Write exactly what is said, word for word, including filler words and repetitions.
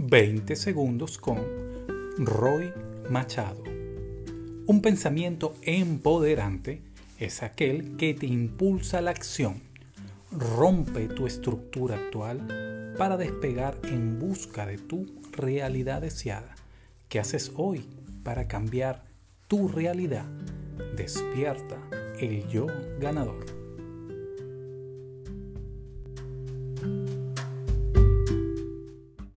veinte segundos con Roy Machado. Un pensamiento empoderante es aquel que te impulsa a la acción. Rompe tu estructura actual para despegar en busca de tu realidad deseada. ¿Qué haces hoy para cambiar tu realidad? Despierta el yo ganador.